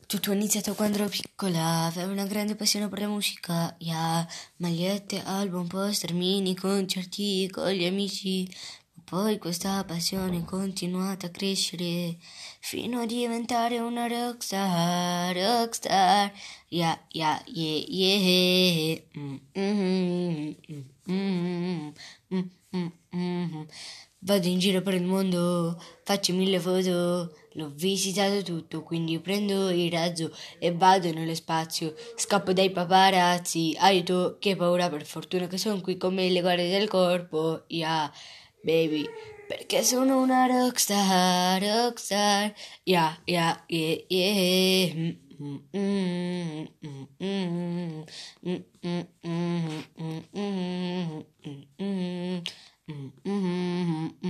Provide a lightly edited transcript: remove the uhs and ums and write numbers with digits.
Tutto è iniziato quando ero piccola, avevo una grande passione per la musica, yeah, magliette, album, poster, mini, concerti con gli amici. Ma poi questa passione è continuata a crescere fino a diventare una rockstar, rockstar, yeah, yeah, yeah, yeah. Mm, mm, mm. Vado in giro per il mondo, faccio 1000 foto, l'ho visitato tutto, quindi prendo il razzo e vado nello spazio, scappo dai paparazzi, aiuto, che paura, per fortuna che sono qui con me le guardie del corpo, yeah, baby, perché sono una rockstar, rockstar, yeah, yeah, yeah, yeah. Mm, mm, mm, mm, mm, mm, mm, mm, mm, mm, mm, mm, mm, mm, mm, mm.